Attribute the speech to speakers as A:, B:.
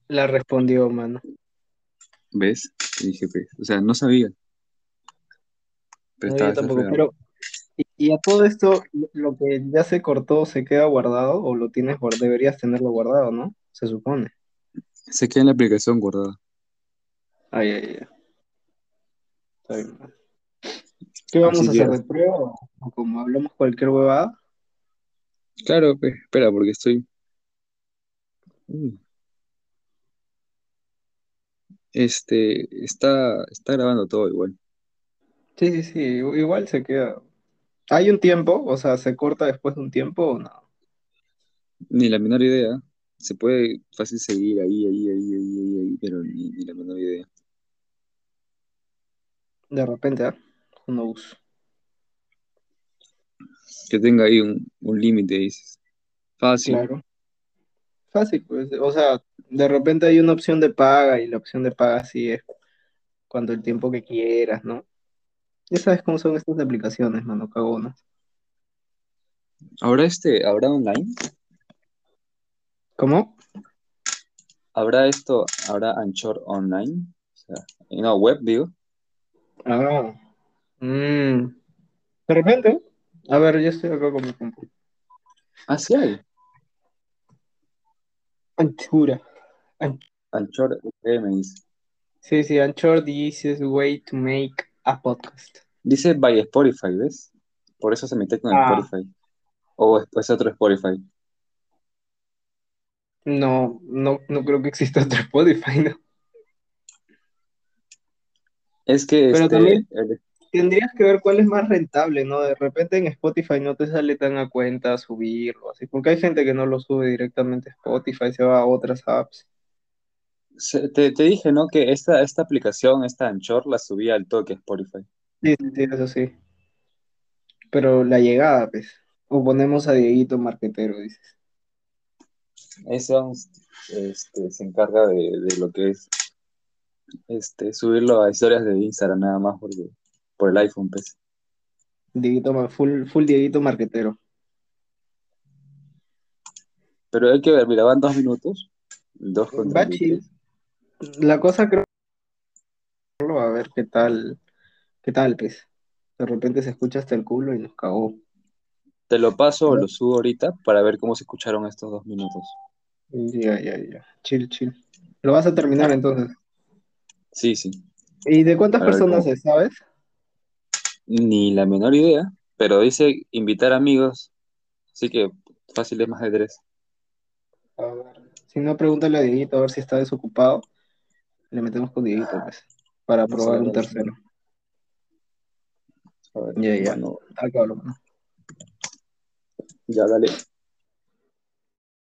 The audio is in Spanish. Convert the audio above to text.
A: La respondió, mano.
B: ¿Ves? Y dije, pues, o sea, no sabía, pero
A: No, yo
B: está
A: tampoco.
B: fregado.
A: Pero, ¿y a todo esto, lo que ya se cortó, se queda guardado o lo tienes guardado? Deberías tenerlo guardado, ¿no? Se supone.
B: Se queda en la aplicación guardada.
A: Ay, ay, ay. Está bien, mano. ¿Qué vamos
B: Así
A: a
B: que,
A: hacer de prueba? ¿O como hablamos cualquier huevada?
B: claro, pues, espera, porque estoy. Mm, está grabando todo igual.
A: Sí, sí, sí. Igual se queda. ¿Hay un tiempo? O sea, ¿se corta después de un tiempo o no?
B: Ni la menor idea. Se puede fácil seguir ahí, pero ni la menor idea.
A: De repente, ¿ah? Who knows?
B: Que tenga ahí un límite, dices. Fácil.
A: Claro. Fácil, pues. O sea, de repente hay una opción de paga y la opción de paga sí es cuando el tiempo que quieras, ¿no? Ya sabes cómo son estas aplicaciones, mano, cagonas.
B: ¿Habrá online?
A: ¿Cómo?
B: ¿Habrá Anchor online? O sea, no, web, digo.
A: Ah, mm, de repente. A ver, yo estoy acá con mi compu.
B: Ah, sí hay.
A: Anchura. An-
B: Anchor, me dice.
A: sí, sí, Anchor, the easiest way to make a podcast.
B: Dice by Spotify, ¿ves? Por eso se mete con
A: Ah,
B: Spotify. O es otro Spotify.
A: no, no, no creo que exista otro Spotify, ¿no?
B: Es que
A: Pero también tendrías que ver cuál es más rentable, ¿no? De repente en Spotify no te sale tan a cuenta subirlo, así, porque hay gente que no lo sube directamente a Spotify, se va a otras apps.
B: te dije, ¿no? Que esta aplicación, esta Anchor, la subí al toque a Spotify.
A: Sí, sí, sí, eso sí. Pero la llegada, pues. O ponemos a Dieguito Marquetero, dices.
B: Ese se encarga de lo que es subirlo a historias de Instagram nada más porque por el iPhone, pues.
A: Full, full Dieguito Marquetero.
B: Pero hay que ver, mira, van 2 minutos, dos con
A: Va
B: treinta y
A: chill.
B: tres
A: La cosa creo que a ver qué tal, pues. De repente se escucha hasta el culo y nos cagó.
B: Te lo paso
A: A
B: o
A: ver,
B: lo subo ahorita para ver cómo se escucharon estos 2 minutos.
A: ya, ya, ya. Chill, chill. Lo vas a terminar entonces.
B: Sí, sí,
A: ¿Y de cuántas
B: para ver
A: personas
B: cómo.
A: es, sabes?
B: Ni la menor idea, pero dice invitar amigos, así que fácil es más de tres.
A: A ver. Si no, pregúntale a Dieguito a ver si está desocupado. Le metemos con Dieguito, pues. Para
B: Vamos a
A: probar
B: ver,
A: un
B: vamos
A: tercero.
B: a ver,
A: Ya, ya.
B: mano,
A: Acá hablo.
B: ya dale.